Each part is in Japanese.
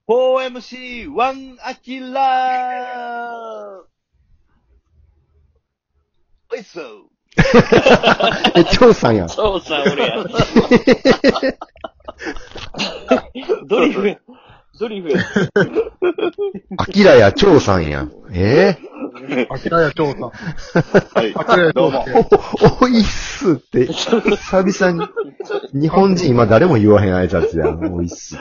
4MC1 アキラーおいっそ張さんやん。 そうさ、俺や。ドリフや。 アキラや張さんやん。 アキラや長さん。 はい。 アキラやどうも。 長介。 おいっすって、久々に、日本人今誰も言わへん挨拶やん。おいっすって。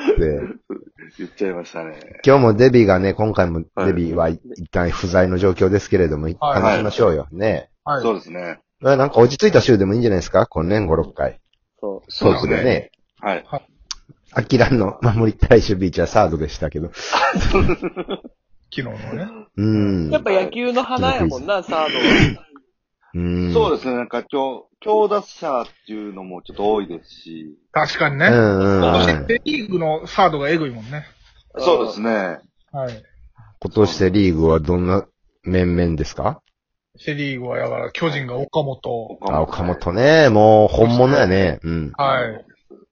言っちゃいましたね。 今日もデビがね、今回もデビは一旦不在の状況ですけれども、話しましょうよ。ね。 はい。 そうですね。 なんか落ち着いた週でもいいんじゃないですか今年5、6回。 そう。 そうですね。 はい。 アキラの守りたい守備位置はサードでしたけど。 昨日のね。 やっぱ野球の花やもんな、サードは。 そうですね。なんか強打者っていうのもちょっと多いですし。 確かにね。今年セリーグのサードがエグいもんね。 そうですね。 はい。 今年セリーグはどんな面々ですか？ セリーグはだから巨人が岡本。 岡本ね。もう本物やね。 はい。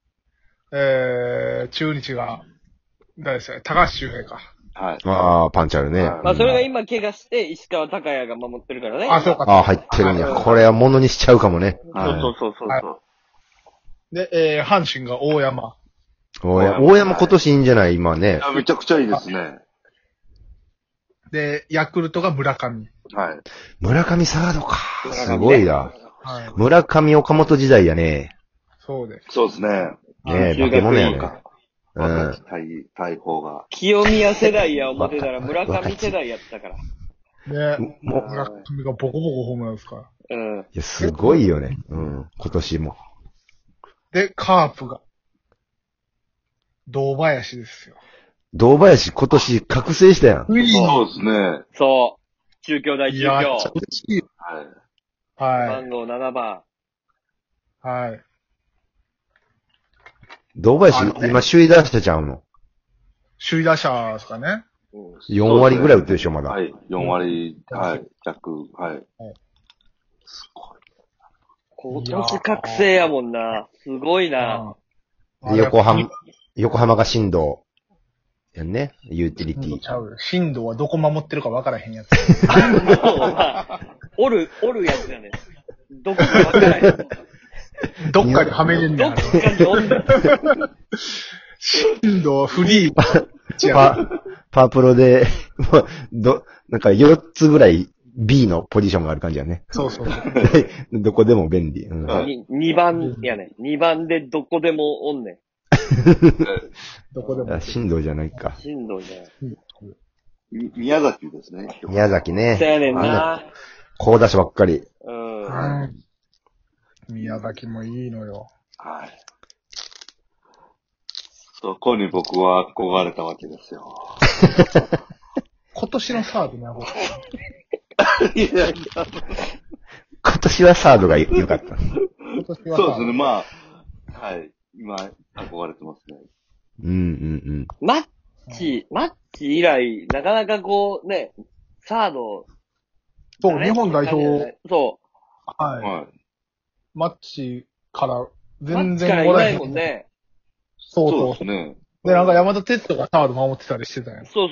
中日が、誰ですか高橋周平か。 はい。 パンチあるね。 まあ、それが今怪我して、石川昂弥が守ってるからね。 そうか。 入ってるんや。これは物にしちゃうかもね。 そう。 で、阪神が大山。 大山今年いいんじゃない今ね。 めちゃくちゃいいですね。 で、ヤクルトが村上。 はい。 村上サードか。すごいな。 はい。 村上岡本時代やね。 そうです。 そうですね。 ねえ、化け物やね。 大砲が。 清宮世代や思ってたら村上世代やったから。 ね村上がボコボコホームランですから。 いや、すごいよね。今年も。 で、カープが。堂林ですよ。 堂林今年覚醒したやん。 そうですね。 そう。中京大中京。 はい。はい。 番号7番。 はい。 堂林、今首位打者ちゃうの？ 首位打者ですかね。 4割ぐらい打ってるでしょ、まだ。 はい。4割、はい。弱、はい。 すごい。今年覚醒やもんな。すごいな。 横浜が振動。やんね。ユーティリティ。 振動はどこ守ってるか分からへんやつ。 おるやつやね。どこか分からへん。 どっかにはめれんねん。 どっかにおんねん。 振動フリー。 パープロで、なんか4つぐらい B のポジションがある感じやね。 そう。 どこでも便利。 2番やね。2番でどこでもおんねん。 どこでも。 振動じゃないか。 振動じゃない。 宮崎ですね。 宮崎ね。 そうやねんな。 好打者ばっかり。 宮崎もいいのよ。 はい。そこに僕は憧れたわけですよ。 今年のサードに憧れいや今年はサードが良かった。 今年はそうですね、まあ、はい。今、憧れてますね。 マッチ以来、なかなかこう、ね、サード。 そう、日本代表。 そう。 はい。マッチから全然もらえないもんね。 そうですね。 で、なんか山田哲人がサード守ってたりしてたよ。 そう。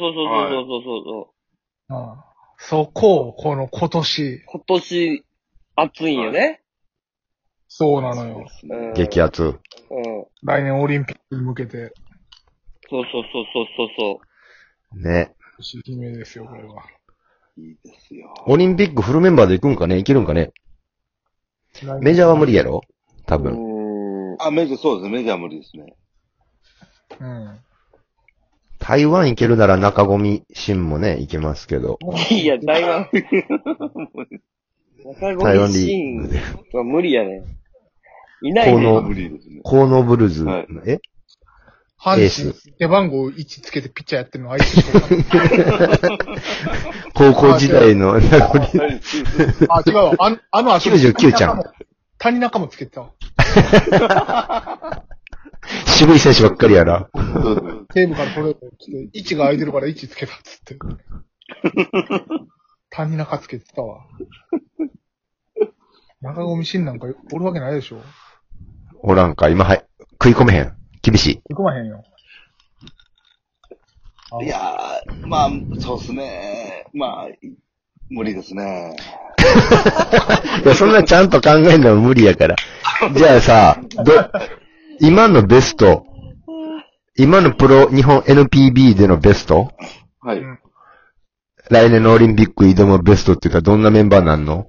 そこを、この今年。 今年、熱いんよね。 そうなのよ。 激アツ。 来年オリンピックに向けて。 そう。 ね。 姫ですよ、これは。 いいですよ。 オリンピックフルメンバーで行くんかね？行けるんかね？メジャーは無理やろ？多分。 そうですね。メジャー無理ですね。 台湾行けるなら中込慎もね、行けますけど。 いや、台湾。中込慎は無理やね。いないね。 コーノブルーズ。 阪神、背番号1つけてピッチャーやってるのあいつしかわかんない。 高校時代の名残。 違うわ。 99ちゃん。 谷中もつけてたわ。 渋い選手ばっかりやな。 西武からトレード来て、位置が空いてるから位置つけたっつって。谷中つけてたわ。中込慎なんかおるわけないでしょ。 おらんか、今食い込めへん。厳しい。 食い込まへんよ。 いやー、まあ、そうですね。まあ、無理ですね。 いや、そんなちゃんと考えるのは無理やから。じゃあさ、今のベスト、今のプロ日本 NPB でのベスト、 はい。 来年のオリンピック挑むベストって言ったらどんなメンバーなんの？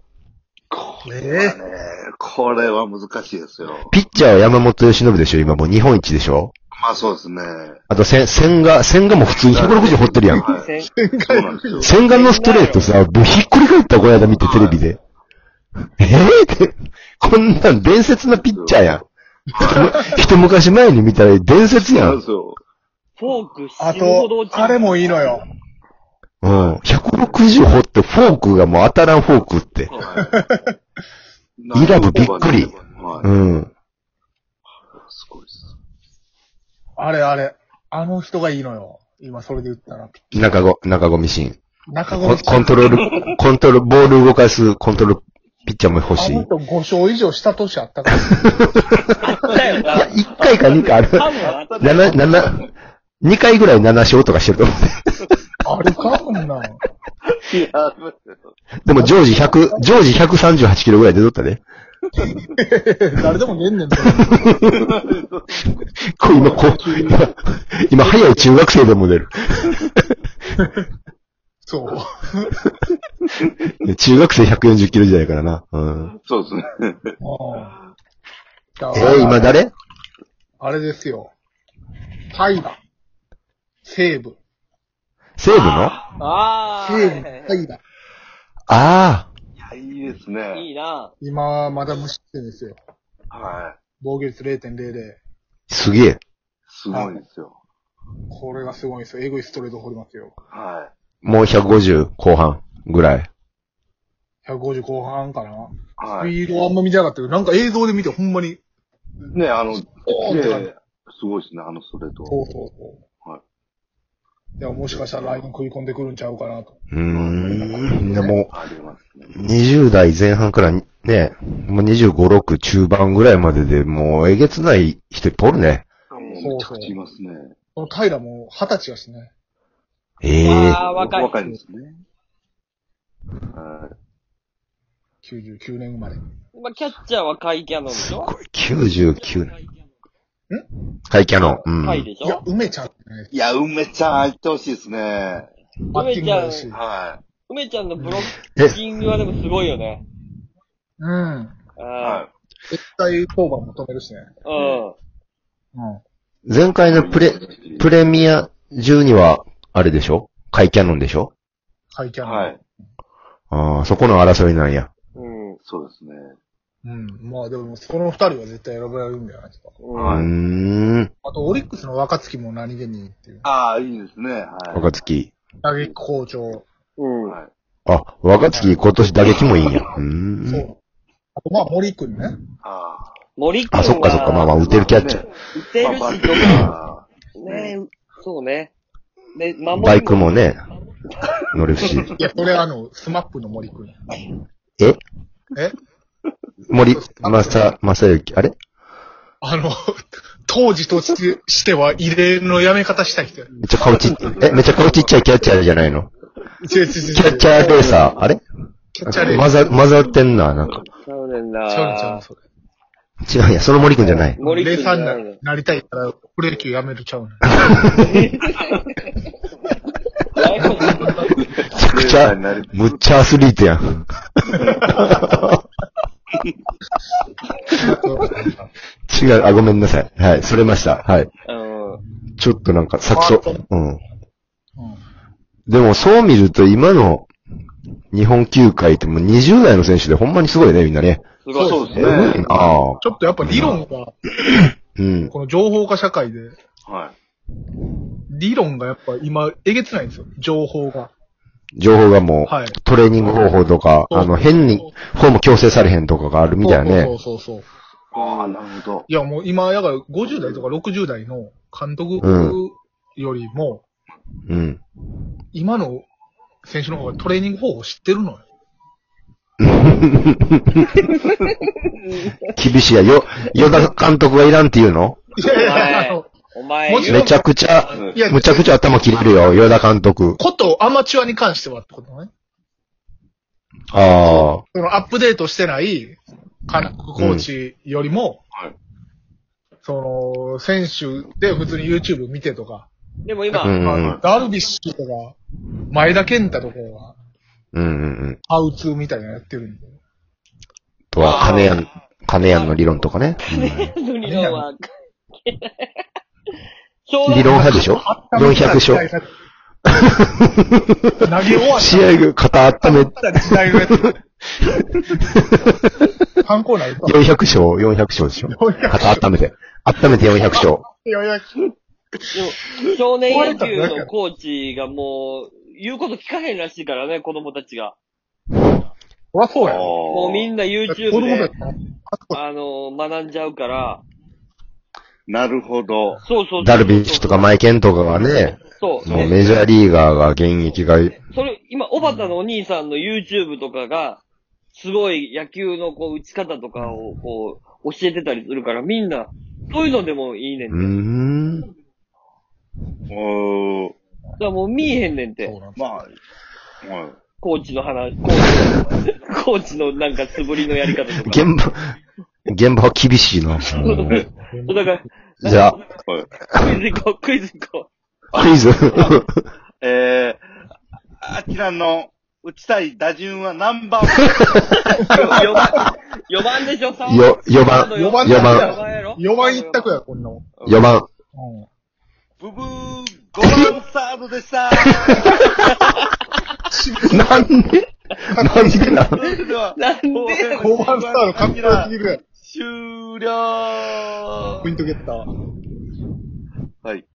これは難しいですよ。 ピッチャーは山本由伸でしょ？今もう日本一でしょ？ まあそうですね。 あと千賀も普通に160掘ってるやん。 はい、そうなんですよ。 千賀のストレートさ、もうひっくり返ったこの間見てテレビで。ってこんなん伝説のピッチャーやん。一昔前に見たら伝説やん。 フォークあと、あれもいいのよ。 うん。160掘ってフォークがもう当たらんフォークって。イラブびっくり。うん。 すごいです。 あれ。あの人がいいのよ。今それで言ったら。 中込ミシン。 中込コントロール、ボール動かすコントロールピッチャーも欲しい。 あの人5勝以上した年あったから。 あったよな。 いや、1回か2回ある。2回ぐらい7勝とかしてると思う。 あるかこんなん。 でも常時138キロぐらい出とったで。 誰でも出んねんと。 今早い中学生でも出る。 そう。 中学生140キロ時代からな。うん。 そうですね。 今誰？ あれですよ。平。西武。 西武の？ 西武、平。 ああ。 いや、いいですね。 いいな。 今、まだ無失点ですよ。 はい。 防御率 0.00。 すげえ。 すごいですよ。 これがすごいですよ。えぐいストレート掘りますよ。 はい。 もう150後半ぐらい。 150後半かな。 はい。 スピードあんま見てなかったけど、なんか映像で見てほんまに。 ね、すごいですね、あのストレート。 そう。はい。いや、もしかしたら来年食い込んでくるんちゃうかなと。 でも、20代前半からね、もう25、6中盤ぐらいまででもうえげつない人いっぱいおるね。 めちゃくちゃいますね。 この平も20歳やしね。 若い。 若いんですね。はい。 99年生まれ。 キャッチャーは甲斐キャノンでしょ？ すごい、99年。甲斐キャノン。 甲斐でしょ？ いや、梅ちゃん。 いや、梅ちゃん入ってほしいですね。 梅ちゃん、 はい。 梅ちゃんのブロッキングはでもすごいよね。 はい。絶対当番求めるしね。 前回のプレミア12は、あれでしょ？甲斐キャノンでしょ？ 甲斐キャノン。 はい。 ああ、そこの争いなんや。 そうですね。 まあでも、この二人は絶対選ばれるんじゃないですか。あと、オリックスの若月も何気にいいっていう。 ああ、いいですね。はい。 若月。 打撃好調。 はい。 あ、若月今年打撃もいいんや。そう。 あと、まあ、森くんね。 森くんは。 あ、そっか。まあ、打てるキャッチャー。 打てるし、とか。ね、そうね。で、 バイクもね、乗るし。 いや、それスマップの森くん。 え森、正幸、あれ当時としては異例のやめ方した人。 めっちゃ顔ちっちゃいキャッチャーじゃないの？ キャッチャーレーサー、あれキャッチャーレーサー。混ざってんな、なんか。 ちゃうねんな。 違うや、その森くんじゃない。 レーサーになりたいから、プロ野球やめるちゃうね。 むっちゃアスリートやん。違う、ごめんなさい。はい、それました。はい。ちょっとなんか、でも、そう見ると今の日本球界ってもう20代の選手でほんまにすごいね、みんなね。 そうですね。 ちょっとやっぱ理論が、この情報化社会で、理論がやっぱ今、えげつないんですよ、情報がもう、トレーニング方法とか、変に、フォーム強制されへんとかがあるみたいなね。 そう。 ああ、なるほど。 いや、もう今、だから50代とか60代の監督よりも、今の選手の方がトレーニング方法知ってるのよ。 厳しいや、与田監督がいらんって言うの？ いや、 お前、 めちゃくちゃ、むちゃくちゃ頭切れるよ、与田監督。 ことアマチュアに関してはってことね。 ああ。 そのアップデートしてない、コーチよりも、その、選手で普通に YouTube 見てとか。 でも今、 ダルビッシュとか、前田健太とかは、ハウツーみたいなのやってるんで。 とは、金谷の理論とかね。 金谷の理論は、 理論派でしょ ?400 勝。 投げ終わった。 試合が肩温め。 時代のやつ。参考になるか。 400勝でしょ。肩温めて400勝。 少年野球のコーチがもう、言うこと聞かへんらしいからね、子供たちが。 そりゃそうや。 もうみんな YouTube で、学んじゃうから。 なるほど。 そう。 ダルビッシュとかマイケンとかがね、もうメジャーリーガーが現役が。 それ、今、小畑のお兄さんの YouTube とかが、すごい野球のこう、打ち方とかをこう、教えてたりするから、みんな、そういうのでもいいねんて。だからもう見えへんねんて。 まあ、 コーチの話、コーチのなんか素振りのやり方とか。 現場は厳しいな。 だから、 じゃあ、 クイズ行こう。クイズあきらの打ちたい打順は何番 ?4 番でしょ ?4 番。 4番一択や、こんなもん。 4番。 ブブー、5番サードでした。 なんでなんで ?5 番サード完璧すぎる。 終了。 ポイントゲッター。 はい。